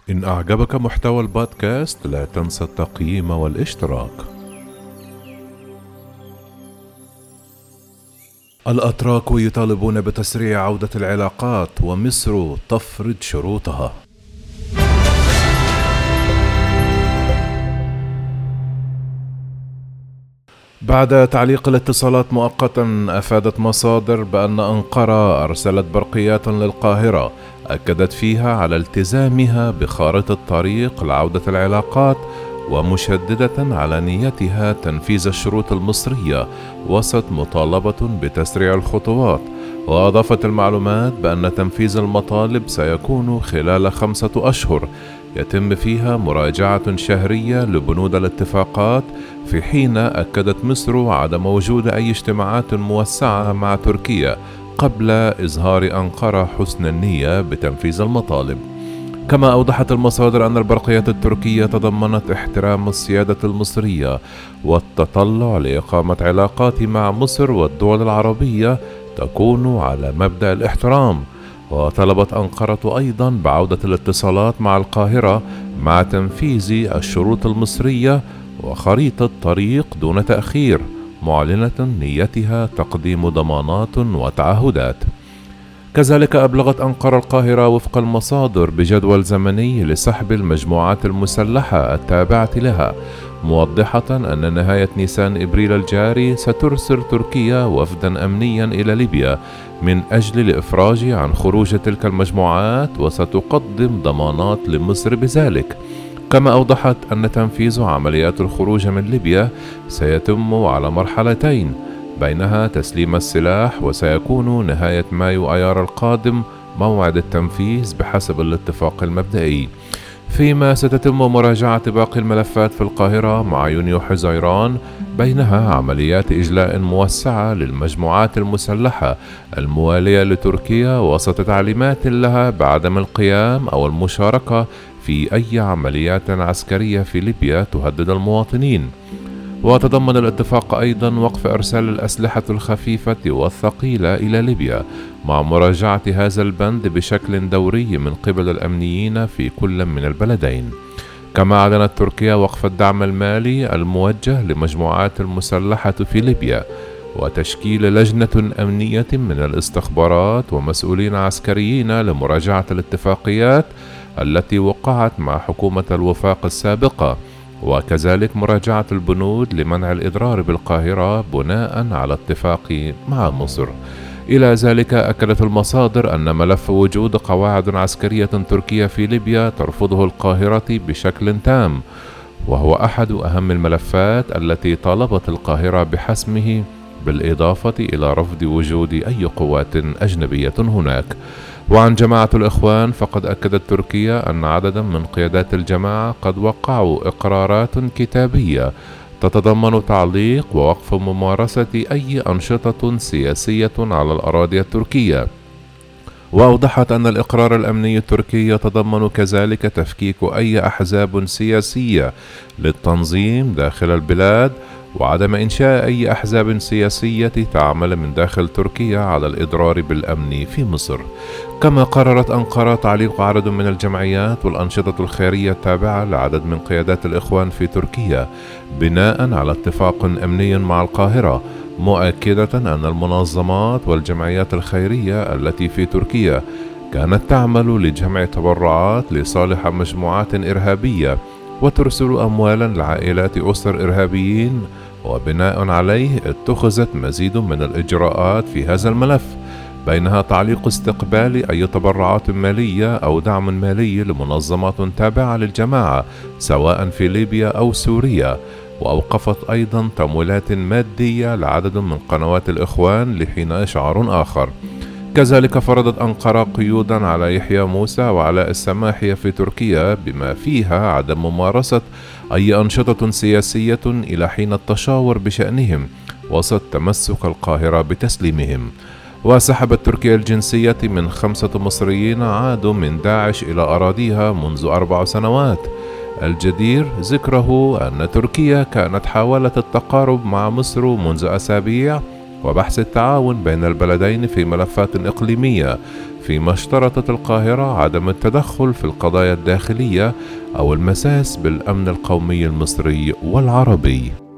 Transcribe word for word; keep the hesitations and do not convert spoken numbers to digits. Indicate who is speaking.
Speaker 1: إن أعجبك محتوى البودكاست لا تنسى التقييم والاشتراك. الأتراك يطالبون بتسريع عودة العلاقات ومصر تفرض شروطها. بعد تعليق الاتصالات مؤقتا، أفادت مصادر بأن أنقرة أرسلت برقيات للقاهرة أكدت فيها على التزامها بخارطة طريق لعودة العلاقات، ومشددة على نيتها تنفيذ الشروط المصرية وسط مطالبة بتسريع الخطوات. وأضافت المعلومات بأن تنفيذ المطالب سيكون خلال خمسة أشهر يتم فيها مراجعة شهرية لبنود الاتفاقات، في حين أكدت مصر عدم وجود أي اجتماعات موسعة مع تركيا قبل إظهار أنقرة حسن النية بتنفيذ المطالب. كما أوضحت المصادر أن البرقيات التركية تضمنت احترام السيادة المصرية والتطلع لإقامة علاقات مع مصر والدول العربية تكون على مبدأ الاحترام. وطلبت أنقرة أيضا بعودة الاتصالات مع القاهرة مع تنفيذ الشروط المصرية وخريطة طريق دون تأخير، معلنة نيتها تقديم ضمانات وتعهدات. كذلك أبلغت أنقرة القاهرة وفق المصادر بجدول زمني لسحب المجموعات المسلحة التابعة لها، موضحة أن نهاية نيسان إبريل الجاري سترسل تركيا وفدا أمنيا إلى ليبيا من أجل الإفراج عن خروج تلك المجموعات، وستقدم ضمانات لمصر بذلك. كما أوضحت أن تنفيذ عمليات الخروج من ليبيا سيتم على مرحلتين، بينها تسليم السلاح، وسيكون نهاية مايو أيار القادم موعد التنفيذ بحسب الاتفاق المبدئي، فيما ستتم مراجعة باقي الملفات في القاهرة مع يونيو حزيران، بينها عمليات إجلاء موسعة للمجموعات المسلحة الموالية لتركيا وسط تعليمات لها بعدم القيام أو المشاركة في أي عمليات عسكرية في ليبيا تهدد المواطنين. وتضمن الاتفاق أيضا وقف إرسال الأسلحة الخفيفة والثقيلة إلى ليبيا مع مراجعة هذا البند بشكل دوري من قبل الأمنيين في كل من البلدين. كما أعلنت تركيا وقف الدعم المالي الموجه لمجموعات المسلحة في ليبيا، وتشكيل لجنة أمنية من الاستخبارات ومسؤولين عسكريين لمراجعة الاتفاقيات التي وقعت مع حكومة الوفاق السابقة، وكذلك مراجعة البنود لمنع الإضرار بالقاهرة بناء على اتفاق مع مصر. إلى ذلك أكدت المصادر أن ملف وجود قواعد عسكرية تركية في ليبيا ترفضه القاهرة بشكل تام، وهو أحد أهم الملفات التي طالبت القاهرة بحسمه، بالإضافة إلى رفض وجود أي قوات أجنبية هناك. وعن جماعة الإخوان، فقد أكدت تركيا أن عددا من قيادات الجماعة قد وقعوا إقرارات كتابية تتضمن تعليق ووقف ممارسة أي أنشطة سياسية على الأراضي التركية. وأوضحت أن الإقرار الأمني التركي يتضمن كذلك تفكيك أي أحزاب سياسية للتنظيم داخل البلاد، وعدم إنشاء أي أحزاب سياسية تعمل من داخل تركيا على الإضرار بالأمن في مصر. كما قررت أنقرة تعليق عدد من الجمعيات والأنشطة الخيرية التابعة لعدد من قيادات الإخوان في تركيا بناء على اتفاق أمني مع القاهرة، مؤكدة أن المنظمات والجمعيات الخيرية التي في تركيا كانت تعمل لجمع تبرعات لصالح مجموعات إرهابية وترسل أموالا لعائلات أسر إرهابيين، وبناء عليه اتخذت مزيد من الإجراءات في هذا الملف، بينها تعليق استقبال أي تبرعات مالية أو دعم مالي لمنظمات تابعة للجماعة سواء في ليبيا أو سوريا، وأوقفت أيضا تمويلات مادية لعدد من قنوات الإخوان لحين إشعار آخر. كذلك فرضت أنقرة قيودا على يحيى موسى وعلاء السماحية في تركيا، بما فيها عدم ممارسة أي أنشطة سياسية إلى حين التشاور بشأنهم وسط تمسك القاهرة بتسليمهم. وسحبت تركيا الجنسية من خمسة مصريين عادوا من داعش إلى أراضيها منذ أربع سنوات. الجدير ذكره أن تركيا كانت حاولت التقارب مع مصر منذ أسابيع وبحث التعاون بين البلدين في ملفات إقليمية، فيما اشترطت القاهرة عدم التدخل في القضايا الداخلية أو المساس بالأمن القومي المصري والعربي.